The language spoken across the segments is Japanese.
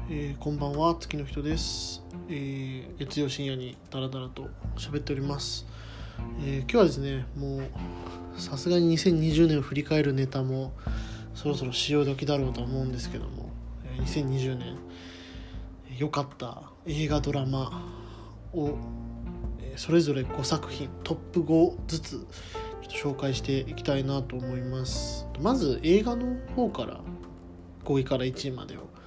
こんばんは、月の人です。月曜深夜にダラダラと喋っております。今日はですね、もうさすがに2020年を振り返るネタもそろそろ潮時だろうと思うんですけども、2020年良かった映画ドラマをそれぞれ5作品トップ5ずつちょっと紹介していきたいなと思います。まず映画の方から5位から1位までを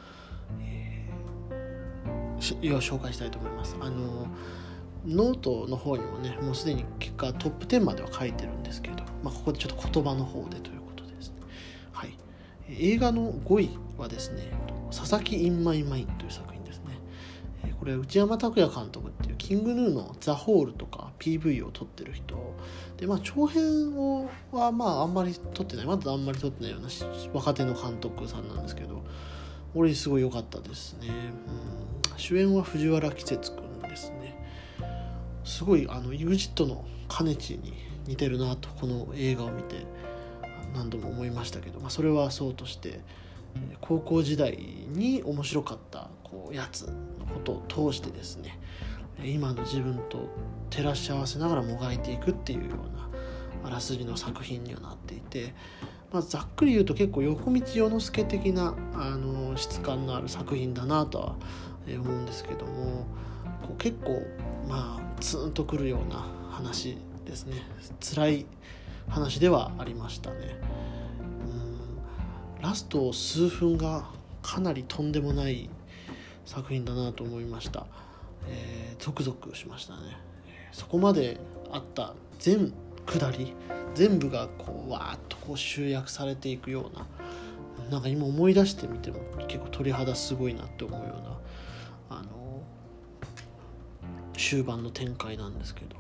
紹介したいと思います。ノートの方にもね、もうすでに結果トップ10までは書いてるんですけど、ここでちょっと言葉の方でということですね。はい。映画の5位はですね、佐々木インマイマインという作品ですね。これ内山拓也監督っていうキングヌーのザ・ホールとか PV を撮ってる人で、長編はあんまり撮ってない、まだあんまり撮ってないような若手の監督さんなんですけど、俺すごい良かったですね。主演は藤原季節くんですね。すごいEXIT のかねちに似てるなとこの映画を見て何度も思いましたけど、それはそうとして高校時代に面白かったやつのことを通してですね、今の自分と照らし合わせながらもがいていくっていうようなあらすじの作品にはなっていて、ざっくり言うと結構横道世之助的な質感のある作品だなとは思うんですけども、結構ツーンとくるような話ですね。辛い話ではありましたね。ラスト数分がかなりとんでもない作品だなと思いました。ゾクゾクしましたね。そこまであった全下り全部がわーっと集約されていくような、なんか今思い出してみても結構鳥肌すごいなって思うような終盤の展開なんですけど、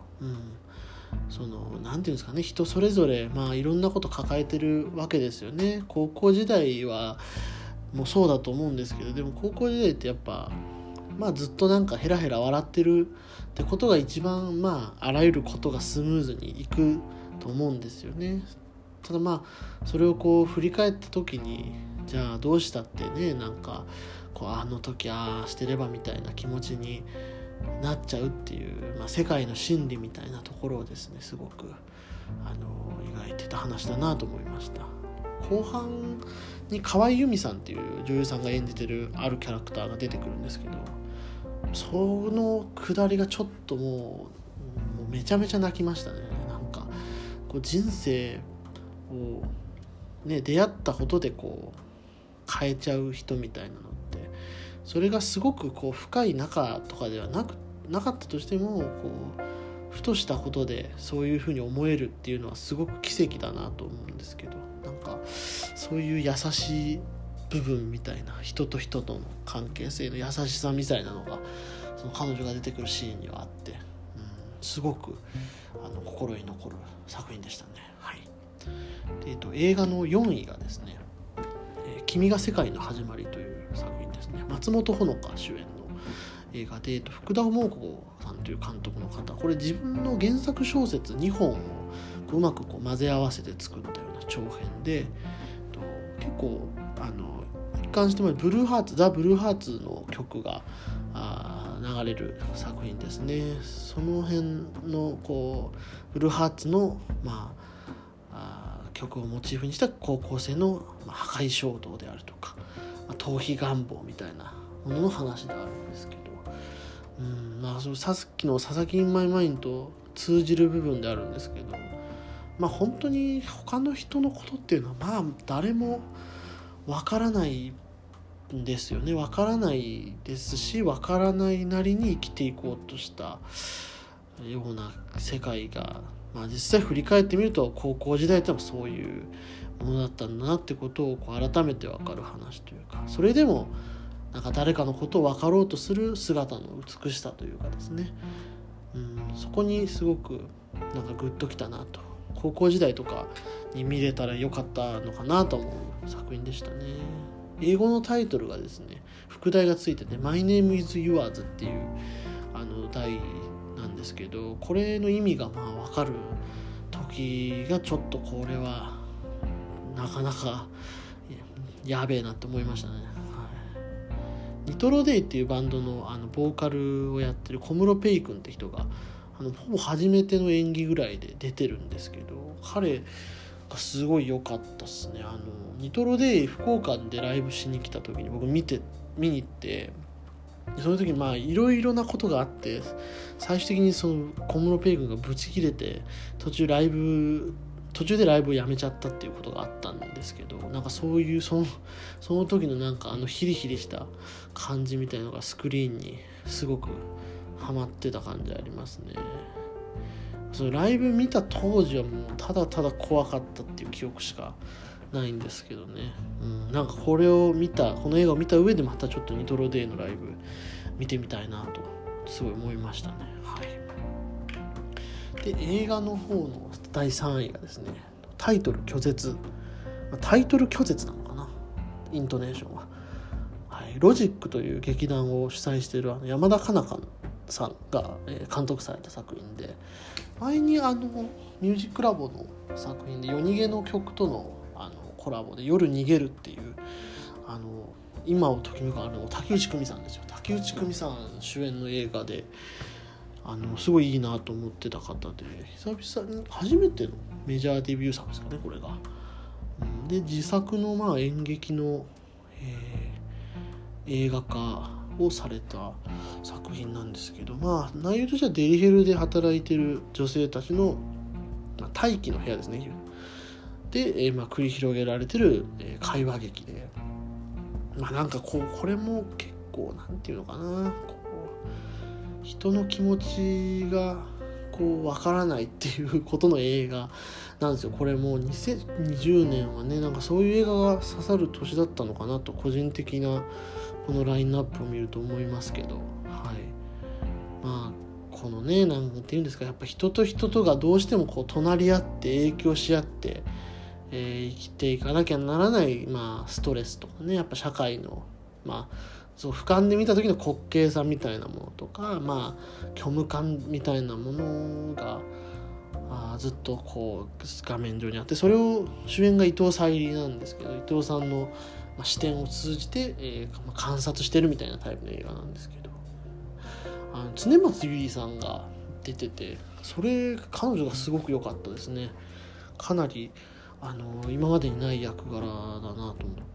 なんていうんですかね、人それぞれいろんなこと抱えてるわけですよね。高校時代はもうそうだと思うんですけど、でも高校時代ってやっぱずっとなんかヘラヘラ笑ってるってことが一番あらゆることがスムーズにいくと思うんですよね。ただそれを振り返った時に、じゃあどうしたってね、なんかあの時してればみたいな気持ちになっちゃうっていう、世界の真理みたいなところをですね、すごく描いてた話だなと思いました。後半に河合由美さんっていう女優さんが演じてるあるキャラクターが出てくるんですけど、そのくだりがちょっともうめちゃめちゃ泣きましたね。なんか人生をね、出会ったことで変えちゃう人みたいなのって、それがすごく深い仲とかではなかったとしても、ふとしたことでそういうふうに思えるっていうのはすごく奇跡だなと思うんですけど、なんかそういう優しい部分みたいな、人と人との関係性の優しさみたいなのがその彼女が出てくるシーンにはあって、すごく心に残る作品でしたね。はい。で、映画の4位がですね、君が世界の始まりという作品ですね。松本穂香主演の映画で、福田桃子さんという監督の方、これ自分の原作小説2本をうまく混ぜ合わせて作ったような長編で、結構一貫してもブルーハーツ、ザ・ブルーハーツの曲が流れる作品ですね。その辺のブルーハーツの曲をモチーフにした高校生の破壊衝動であるとか、逃避願望みたいなものの話であるんですけど、さっきの佐々木インマイマインと通じる部分であるんですけど、本当に他の人のことっていうのは誰もわからないんですよね。わからないですし、わからないなりに生きていこうとしたような世界が、実際振り返ってみると高校時代ってそういうものだったんだなってことを改めて分かる話というか、それでもなんか誰かのことを分かろうとする姿の美しさというかですね、そこにすごくなんかグッときたなと、高校時代とかに見れたらよかったのかなと思う作品でしたね。英語のタイトルがですね、副題がついてて My name is yours っていう題なんですけど、これの意味が分かる時がちょっとこれはなかなかやべえなって思いましたね。 ニトロデイっていうバンドのボーカルをやってる小室ペイ君って人がほぼ初めての演技ぐらいで出てるんですけど、彼がすごい良かったっすね。ニトロデイ福岡でライブしに来た時に僕見に行って、その時いろいろなことがあって、最終的にその小室ペイ君がブチ切れて途中でライブをやめちゃったっていうことがあったんですけど、なんかそういうその時のなんかヒリヒリした感じみたいなのがスクリーンにすごくハマってた感じありますね。そのライブ見た当時はもうただただ怖かったっていう記憶しかないんですけどね、なんかこの映画を見た上でまたちょっとニトロデイのライブ見てみたいなとすごい思いましたね。はい。で、映画の方の第3位がですね、タイトル拒絶なのかな、イントネーションは、はい、ロジックという劇団を主催している山田香奈さんが監督された作品で、前にミュージックラボの作品で夜逃げの曲とのコラボで夜逃げるっていう今をときめく竹内久美さんですよ。竹内久美さん主演の映画ですごいいいなと思ってた方で、久々に初めてのメジャーデビュー作ですかね、これが。で、自作の演劇の、映画化をされた作品なんですけど、内容としてはデリヘルで働いてる女性たちの、待機の部屋ですねで、繰り広げられてる、会話劇で、なんかこれも結構なんていうのかな、人の気持ちがわからないっていうことの映画なんですよ。これも2020年はね、なんかそういう映画が刺さる年だったのかなと個人的なこのラインナップを見ると思いますけど、はい。このね、なんていうんですか、やっぱ人と人とがどうしても隣り合って影響し合って、生きていかなきゃならない、ストレスとかね、やっぱ社会のそう俯瞰で見た時の滑稽さみたいなものとか、虚無感みたいなものがずっと画面上にあって、それを主演が伊藤沙莉なんですけど、伊藤さんの視点を通じて、観察してるみたいなタイプの映画なんですけど、常松優里さんが出てて、彼女がすごく良かったですね。かなり今までにない役柄だなと思って、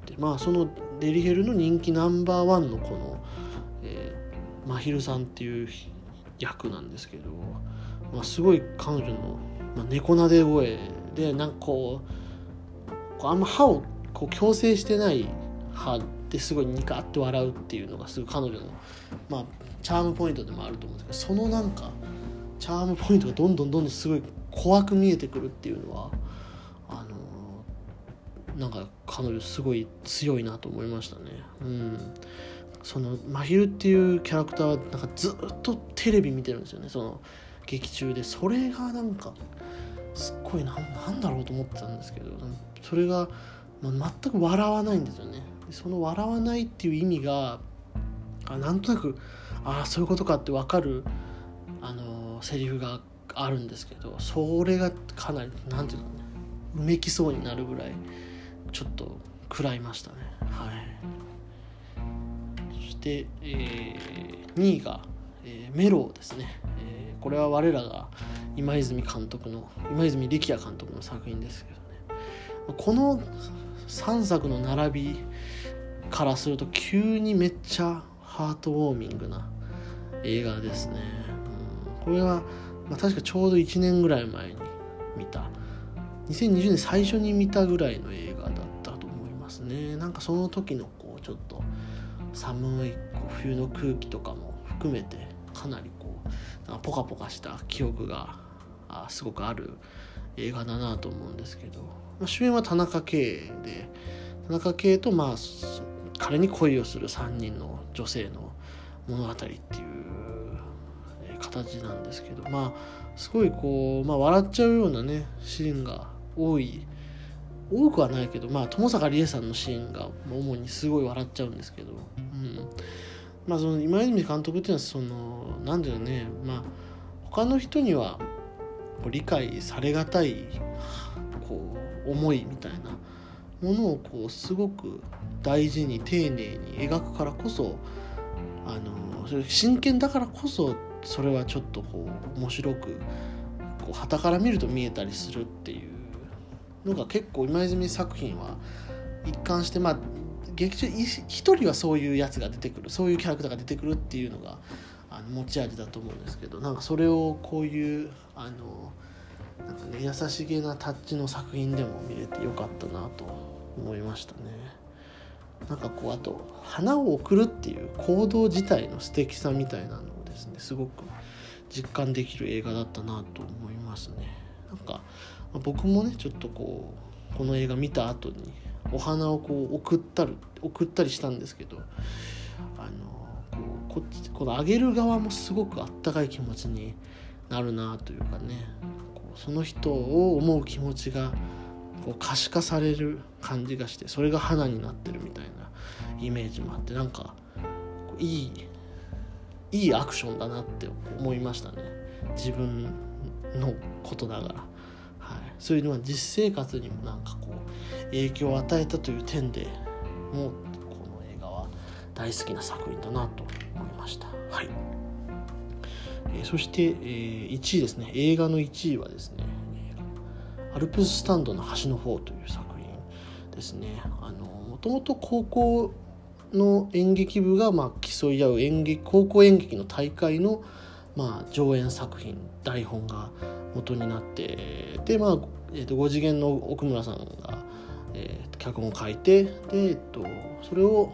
そのデリヘルの人気ナンバーワンのこの、真昼さんっていう役なんですけど、すごい彼女の、猫なで声で、なんかあんま歯を矯正してない歯ですごいニカって笑うっていうのがすごい彼女の、チャームポイントでもあると思うんですけど、そのなんかチャームポイントがどんどんすごい怖く見えてくるっていうのはなんか彼女すごい強いなと思いましたね。その真昼っていうキャラクターはなんかずっとテレビ見てるんですよね、その劇中で。それがなんかすっごいなんだろうと思ってたんですけど、それが、全く笑わないんですよね。その笑わないっていう意味がなんとなくそういうことかって分かるセリフがあるんですけど、それがかなりなんていうのね、うめきそうになるぐらいちょっと食らいましたね。はい。そして、2位が、メロですね。これは我らが今泉力也監督の作品ですけどね、この3作の並びからすると急にめっちゃハートウォーミングな映画ですね。これは、確かちょうど1年ぐらい前に見た、2020年最初に見たぐらいの映画だったと思いますね。なんかその時のちょっと寒い冬の空気とかも含めてかなりポカポカした記憶がすごくある映画だなと思うんですけど、主演は田中圭で、田中圭と彼に恋をする3人の女性の物語っていう形なんですけど、すごい笑っちゃうようなねシーンが多くはないけど、友坂理恵さんのシーンが主にすごい笑っちゃうんですけど、その今泉監督っていうのはなんだよね、他の人には理解されがたい思いみたいなものをこうすごく大事に丁寧に描くからこそ、真剣だからこそそれはちょっとこう面白くこう傍から見ると見えたりするっていうのが結構今泉作品は一貫して、劇中一人はそういうやつが出てくる、そういうキャラクターが出てくるっていうのが持ち味だと思うんですけど、なんかそれをこういうなんかね、優しげなタッチの作品でも見れてよかったなと思いましたね。なんかこうあと花を贈るっていう行動自体の素敵さみたいなのをですねすごく実感できる映画だったなと思いますね。なんか僕もねちょっとこの映画見た後にお花をこう送ったりしたんですけど、このあげる側もすごくあったかい気持ちになるなというかね、その人を思う気持ちがこう可視化される感じがして、それが花になってるみたいなイメージもあって、なんかいいアクションだなって思いましたね、自分のことながら。そういうのは実生活にもなんかこう影響を与えたという点でもうこの映画は大好きな作品だなと思いました。そして、1位ですね。映画の1位はですね、アルプススタンドの端の方という作品ですね。もともと高校の演劇部が競い合う高校演劇の大会の上演作品、台本が元になって、で5次元の奥村さんが、脚本を書いて、で、それを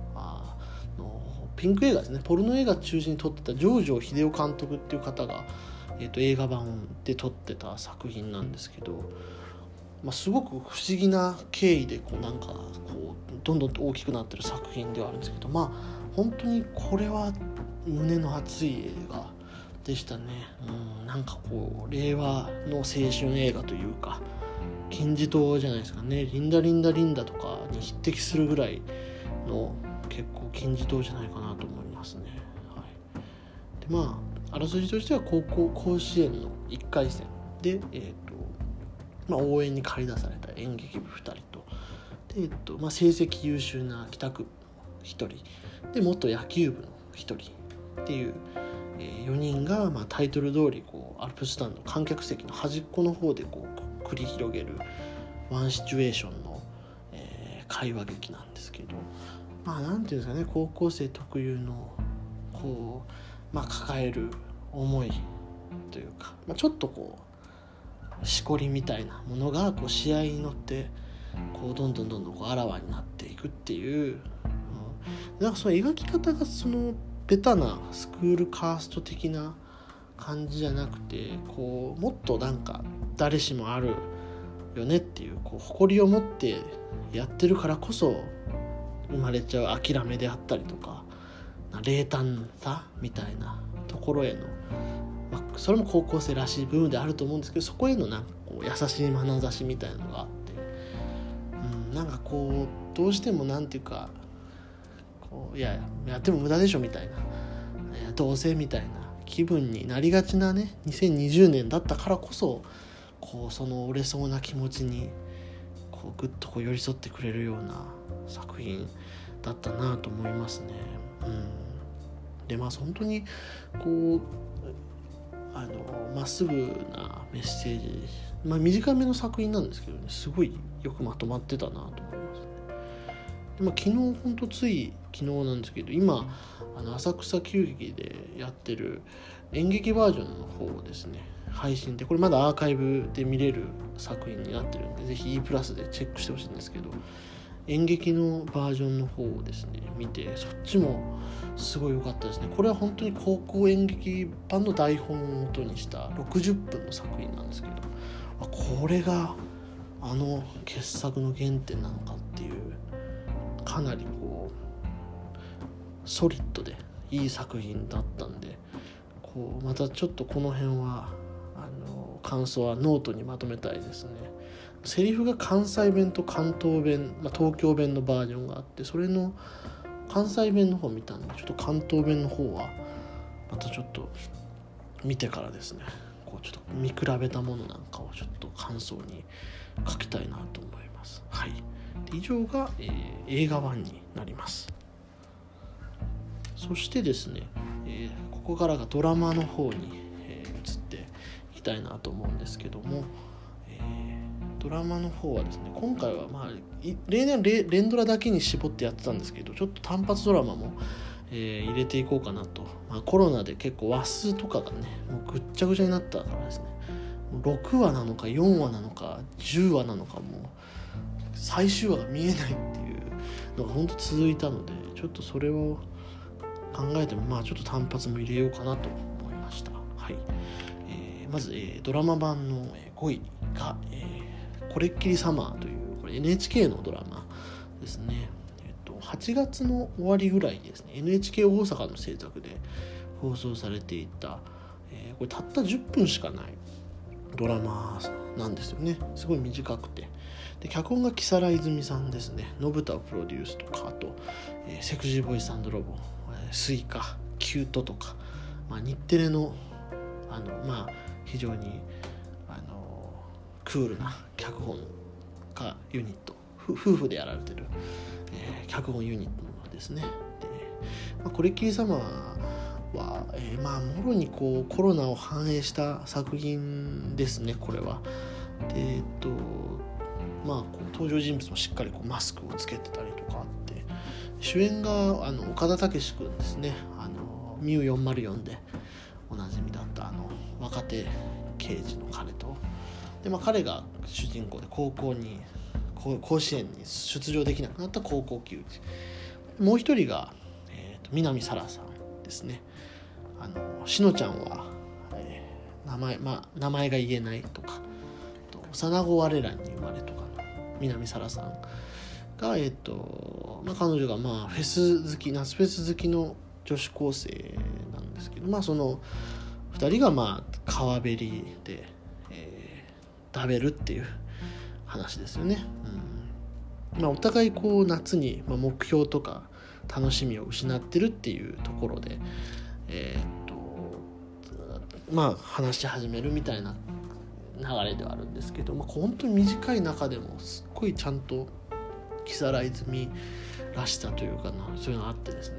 ピンク映画ですね、ポルノ映画中心に撮ってた城城秀夫監督っていう方が、映画版で撮ってた作品なんですけど、すごく不思議な経緯でなんかどんどんと大きくなってる作品ではあるんですけど、本当にこれは胸の熱い映画でしたね。なんか令和の青春映画というか金字塔じゃないですかね。リンダリンダリンダとかに匹敵するぐらいの結構金字塔じゃないかなと思いますね。であらすじとしては高校甲子園の1回戦で、応援に駆り出された演劇部2人とで、成績優秀な帰宅1人で元野球部の1人っていう、4人が、タイトル通りアルプススタンド観客席の端っこの方で繰り広げるワンシチュエーションの、会話劇なんですけど、なんていうんですかね、高校生特有の抱える思いというか、ちょっとしこりみたいなものが試合に乗ってどんどんあらわになっていくっていう、なんかその描き方がそのベタなスクールカースト的な感じじゃなくて、もっとなんか誰しもあるよねっていう、誇りを持ってやってるからこそ生まれちゃう諦めであったりとか冷淡さみたいなところへの、それも高校生らしい部分であると思うんですけど、そこへのなんか優しい眼差しみたいなのがあって、なんかどうしてもなんていうかいややっても無駄でしょみたいな、どうせみたいな気分になりがちなね2020年だったからこそその折れそうな気持ちにぐっと寄り添ってくれるような作品だったなと思いますね。で本当にまっすぐなメッセージ、短めの作品なんですけどね、すごいよくまとまってたなと思いますね。で、昨日本当つい昨日なんですけど、今浅草球劇でやってる演劇バージョンの方をですね配信で、これまだアーカイブで見れる作品になってるんで、ぜひ E プラスでチェックしてほしいんですけど、演劇のバージョンの方をですね見て、そっちもすごい良かったですね。これは本当に高校演劇版の台本を元にした60分の作品なんですけど、これが傑作の原点なのかっていう、かなりソリッドでいい作品だったんで、またちょっとこの辺は感想はノートにまとめたいですね。セリフが関西弁と関東弁、東京弁のバージョンがあって、それの関西弁の方を見たんで、ちょっと関東弁の方はまたちょっと見てからですねちょっと見比べたものなんかをちょっと感想に書きたいなと思います。 以上が、映画版になります。そしてですね、ここからがドラマの方に、移っていきたいなと思うんですけども、ドラマの方はですね、今回は例年連ドラだけに絞ってやってたんですけど、ちょっと単発ドラマも、入れていこうかなと、コロナで結構話数とかがねもうぐっちゃぐちゃになったからですね、6話なのか4話なのか10話なのかもう最終話が見えないっていうのが本当続いたので、ちょっとそれを考えてもちょっと単発も入れようかなと思いました。はい。まず、ドラマ版の5位が、これっきりサマーというこれ NHK のドラマですね。8月の終わりぐらいにですね NHK 大阪の制作で放送されていた、これたった10分しかないドラマなんですよね。すごい短くて、で脚本が木更津泉さんですね。信太をプロデュースとか、あと、セクシーボイス&ロボ、スイカ、キュートとか、日テレの非常にクールな脚本家ユニット、夫婦でやられてる、脚本ユニットですね。で、これっきり様は、もろにこうコロナを反映した作品ですね。これはで登場人物もしっかりマスクをつけてたりとかあって、主演が岡田武史くんですね。ミュー404でおなじみだった若手刑事の彼と、で、彼が主人公で甲子園に出場できなくなった高校球児、もう一人が、南沙羅さんですね。しのちゃんは、名前が言えないとか、幼子我らに生まれとかの南沙羅さんが、彼女がフェス好き、夏フェス好きの女子高生なんですけど、その2人が川べりで、食べるっていう話ですよね。お互い夏に目標とか楽しみを失ってるっていうところで、話し始めるみたいな流れではあるんですけど、本当に短い中でもすっごいちゃんと木更津泉らしさというかそういうのがあってですね、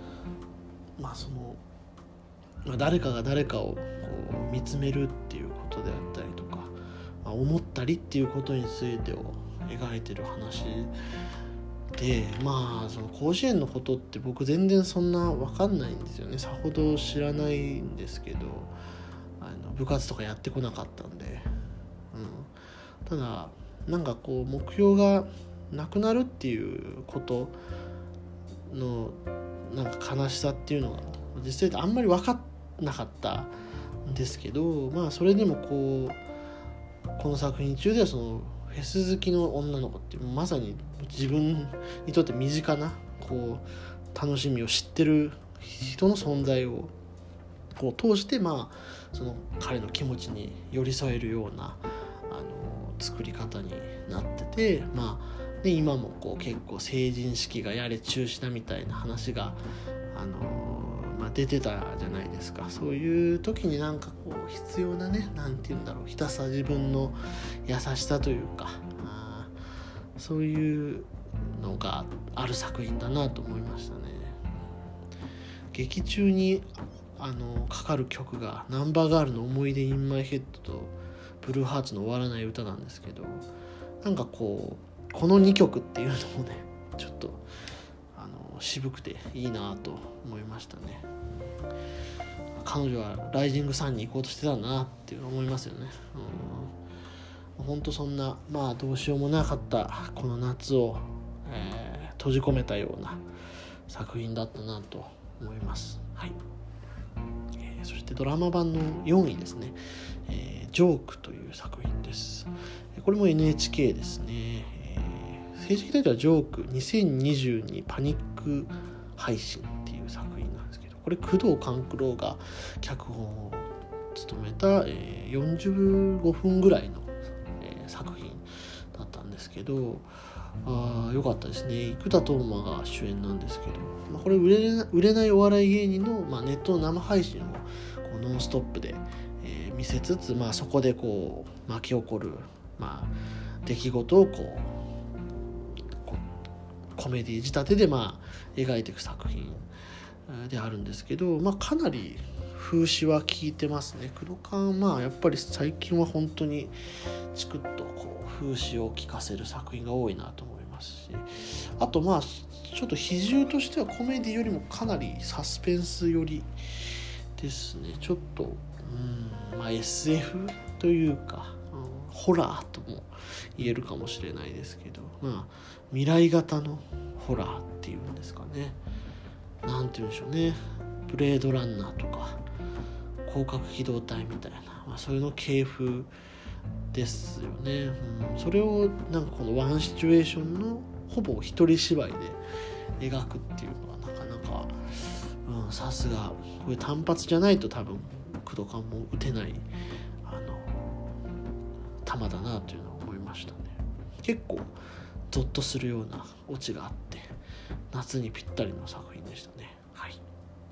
誰かが誰かを見つめるっていうことであったりとか、思ったりっていうことについてを描いてる話で、その甲子園のことって僕全然そんな分かんないんですよね。さほど知らないんですけど、部活とかやってこなかったんで、ただ目標がなくなるっていうことの悲しさっていうのが実際あんまり分かんなかったんですけど、それでもこの作品中ではそのフェス好きの女の子ってまさに自分にとって身近な楽しみを知ってる人の存在を通してその彼の気持ちに寄り添えるような作り方になってて、で今も結構成人式がやれ中止だみたいな話が出てたじゃないですか。そういう時に必要なね、ひたすら自分の優しさというか、そういうのがある作品だなと思いましたね。劇中にかかる曲がナンバーガールの思い出インマイヘッドとブルーハーツの終わらない歌なんですけど、この2曲っていうのもねちょっと渋くていいなと思いましたね。彼女はライジングサンに行こうとしてたんだなって思いますよね。本当そんなどうしようもなかったこの夏を、閉じ込めたような作品だったなと思います。はい。そしてドラマ版の4位ですね、ジョークという作品です。これも NHK ですね。正式タイトルはジョーク2022パニック配信っていう作品なんですけど、これ工藤官九郎が脚本を務めた、45分ぐらいの、作品だったんですけど、良かったですね。生田斗真が主演なんですけど、これ売れないお笑い芸人の、ネットの生配信をノンストップで、見せつつ、そこで巻き起こる、出来事をコメディ仕立てで描いていく作品であるんですけど、かなり風刺は効いてますね。クドカンやっぱり最近は本当にチクッと風刺を効かせる作品が多いなと思いますし、あとちょっと比重としてはコメディよりもかなりサスペンス寄りですね。ちょっとSF というか、ホラーとも言えるかもしれないですけど、未来型のホラーっていうんですかね。なんて言うんでしょうね。ブレードランナーとか広角機動隊みたいな、そういうの系風ですよね。それをこのワンシチュエーションのほぼ一人芝居で描くっていうのはなかなかさすがこれ単発じゃないと多分クドカンも打てない球だなというのを思いましたね。結構ゾッとするようなオチがあって夏にぴったりの作品でしたね。はい。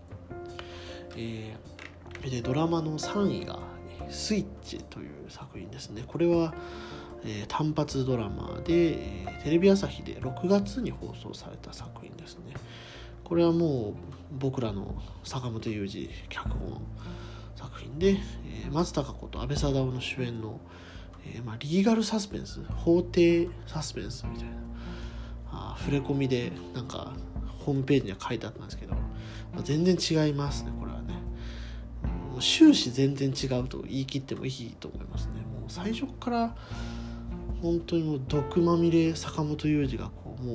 でドラマの3位がスイッチという作品ですね。これは、単発ドラマで、テレビ朝日で6月に放送された作品ですね。これはもう僕らの坂本雄二脚本作品で、松たか子と阿部サダヲの主演の、リーガルサスペンス、法廷サスペンスみたいな触れ込みでホームページには書いてあったんですけど、全然違いますね。これはね終始全然違うと言い切ってもいいと思いますね。もう最初から本当にもう毒まみれ坂本雄二がもう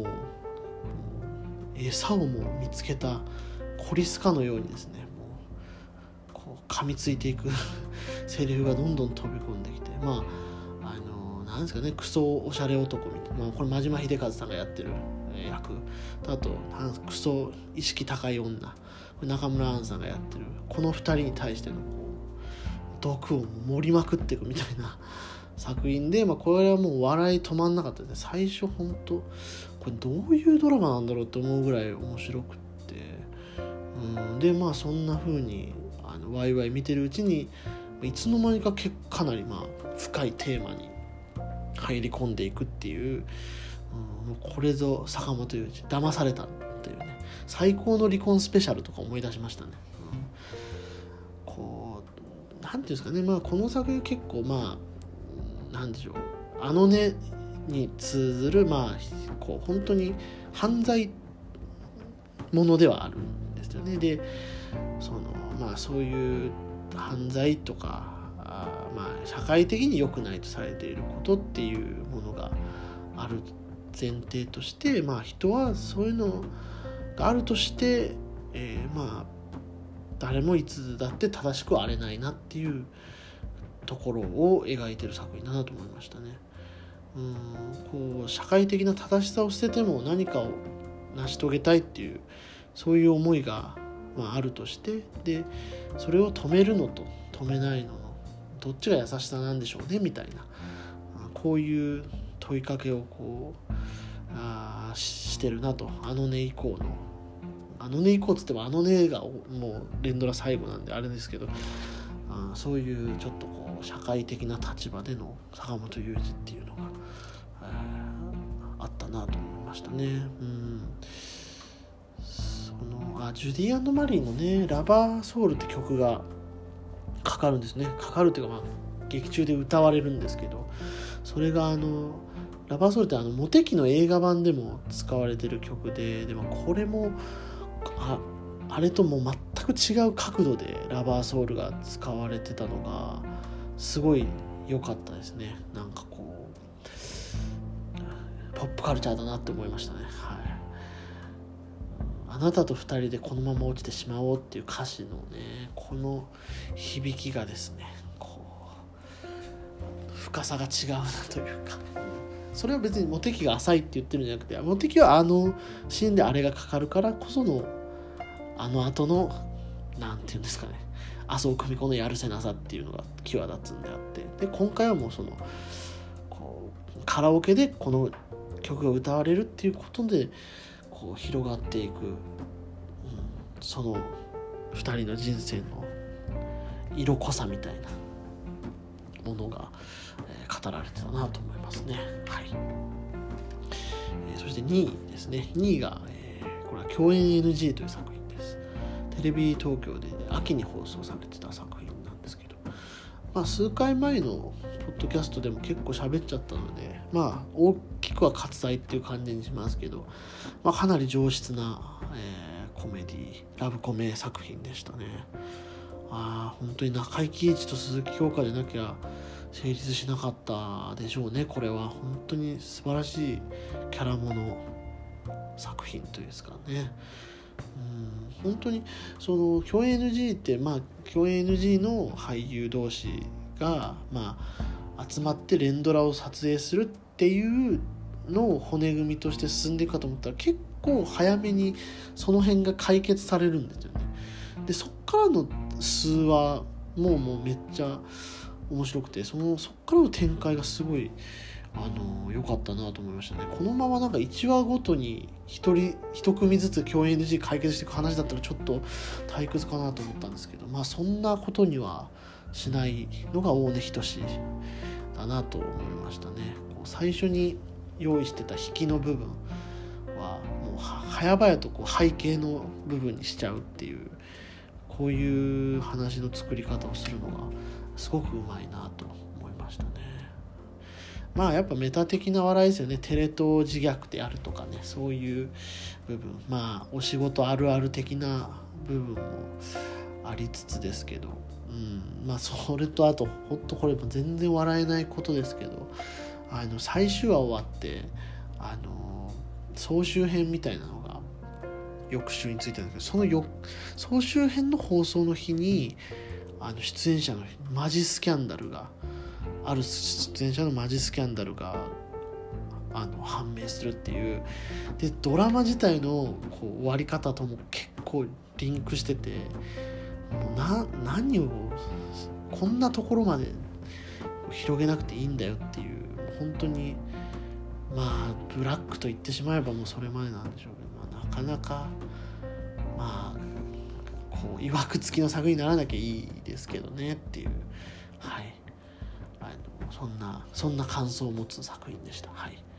餌をもう見つけたコリスかのようにですね、もう噛みついていくセリフがどんどん飛び込んできて、なんですかね、クソおしゃれ男みたいな、これ真島秀和さんがやってる役と、あとクソ意識高い女、これ中村アンさんがやってるこの2人に対しての毒を盛りまくっていくみたいな作品で、これはもう笑い止まんなかったですね。最初本当これどういうドラマなんだろうと思うぐらい面白くって、でそんな風にワイワイ見てるうちにいつの間にかかなり深いテーマに入り込んでいくっていう、これぞ坂本雄二騙されたっていうね、最高の離婚スペシャルとか思い出しましたね。なんていうんですかね、この作品結構なんでしょう、ねに通ずる本当に犯罪ものではあるんですよね。でそういう犯罪とか社会的に良くないとされていることっていうものがある前提として、人はそういうのがあるとして、誰もいつだって正しくはあれないなっていうところを描いてる作品だなと思いましたね。社会的な正しさを捨てても何かを成し遂げたいっていうそういう思いが、あるとして、でそれを止めるのと止めないのどっちが優しさなんでしょうねみたいな、こういう問いかけをしてるなと。ね以降っつってもねがもう連ドラ最後なんであれですけど、そういうちょっと社会的な立場での坂本雄二っていうのが、あったなと思いましたね。ジュディ&マリーのねラバーソウルって曲がかかるんですね。かかるっていうか劇中で歌われるんですけど、それがラバーソウルってモテキの映画版でも使われてる曲で、でもこれもあれとも全く違う角度でラバーソウルが使われてたのがすごい良かったですね。ポップカルチャーだなって思いましたね。あなたと二人でこのまま落ちてしまおうっていう歌詞のねこの響きがですね深さが違うなというか、それは別にモテ期が浅いって言ってるんじゃなくて、モテ期はシーンであれがかかるからこその後のなんていうんですかね、麻生久美子のやるせなさっていうのが際立つんであって、で今回はもうカラオケでこの曲が歌われるっていうことで広がっていく、その2人の人生の色濃さみたいなものが、語られてたなと思いますね。はい。 そして2位ですね。2位が、これは共演 NG という作品です。テレビ東京で秋に放送されてた作品なんですけど、数回前のポッドキャストでも結構喋っちゃったので、大きくは割愛っていう感じにしますけど、かなり上質な、コメディラブコメ作品でしたね。本当に中井貴一と鈴木京香でなきゃ成立しなかったでしょうね。これは本当に素晴らしいキャラもの作品というんですかね。本当にその共演 NG って共演 NG の俳優同士が集まって連ドラを撮影するっていうのを骨組みとして進んでいくかと思ったら、結構早めにその辺が解決されるんですよね。でそっからの数話もうめっちゃ面白くて、そっからの展開がすごい良かったなと思いましたね。このまま1話ごとに一組ずつ共演 NG 解決していく話だったらちょっと退屈かなと思ったんですけど、そんなことにはしないのが大根仁志だなと思いましたね。最初に用意してた引きの部分はもう早々と背景の部分にしちゃうっていう、こういう話の作り方をするのがすごくうまいなと思いましたね。やっぱメタ的な笑いですよね。テレ東自虐であるとかね、そういう部分、お仕事あるある的な部分もありつつですけど、それとあとほんとこれも全然笑えないことですけど、最終話終わって総集編みたいなのが翌週についてるんですけど、その総集編の放送の日に出演者のマジスキャンダルがある出演者のマジスキャンダルが判明するっていう。でドラマ自体の終わり方とも結構リンクしてて、もう何をこんなところまで広げなくていいんだよっていう、本当にブラックと言ってしまえばもうそれまでなんでしょうけど、なかなかいわくつきの作品にならなきゃいいですけどねっていう、そんな感想を持つ作品でした。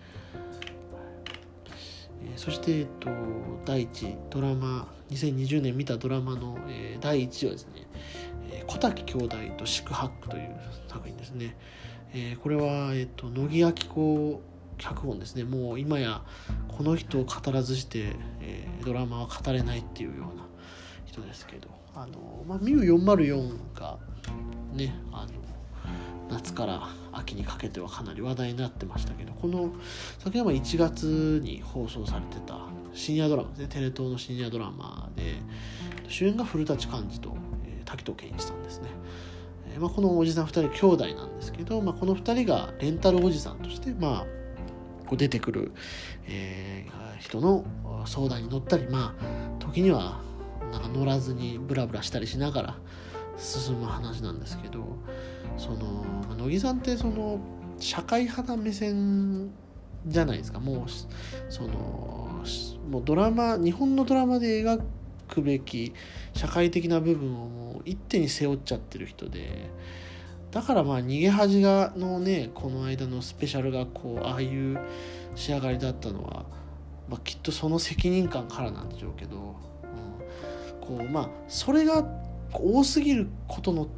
そして、第1ドラマ2020年見たドラマの、第1話ですね、小滝兄弟と四苦八苦という作品ですね。これは、乃木明子脚本ですね。もう今やこの人を語らずして、ドラマは語れないっていうような人ですけど、ミュー404がね、夏から秋にかけてはかなり話題になってましたけど、この昨年は1月に放送されてた深夜ドラマですね。テレ東の深夜ドラマで主演が古舘寛治と、滝藤賢一さんですね。このおじさん2人兄弟なんですけど、この2人がレンタルおじさんとして出てくる、人の相談に乗ったり、時には乗らずにブラブラしたりしながら進む話なんですけど、乃木さんって社会派な目線じゃないですか。もうドラマ、日本のドラマで描くべき社会的な部分をもう一手に背負っちゃってる人で、だから逃げ恥のね、この間のスペシャルがああいう仕上がりだったのは、きっとその責任感からなんでしょうけど、それが多すぎることの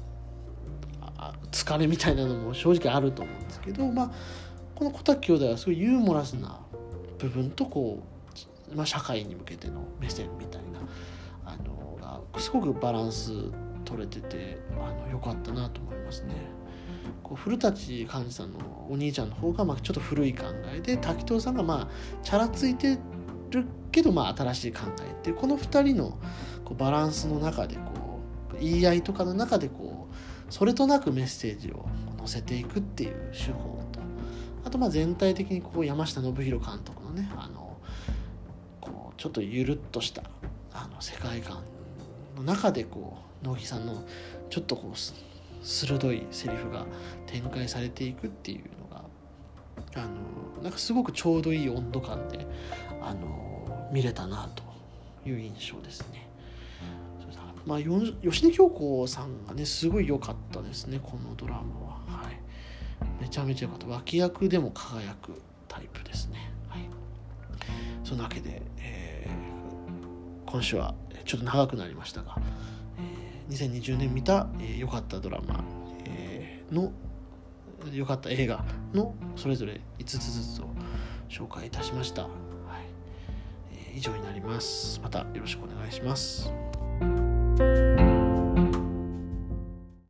疲れみたいなのも正直あると思うんですけど、この小滝兄弟はすごいユーモラスな部分と社会に向けての目線みたいながすごくバランス取れてて良かったなと思いますね。古舘寛治さんのお兄ちゃんの方がちょっと古い考えで、滝藤さんがチャラついてるけど新しい考えっていう、この2人のバランスの中で言い合いとかの中でそれとなくメッセージを載せていくっていう手法と、あと全体的に山下信弘監督のねちょっとゆるっとした世界観の中で乃木さんのちょっと鋭いセリフが展開されていくっていうのがすごくちょうどいい温度感で見れたなという印象ですね。芳根京子さんがねすごい良かったですね、このドラマは。めちゃめちゃ良かった。脇役でも輝くタイプですね。 そんなわけで、今週はちょっと長くなりましたが、2020年見た良かったドラマ、の良かった映画のそれぞれ5つずつを紹介いたしました。以上になります。またよろしくお願いします。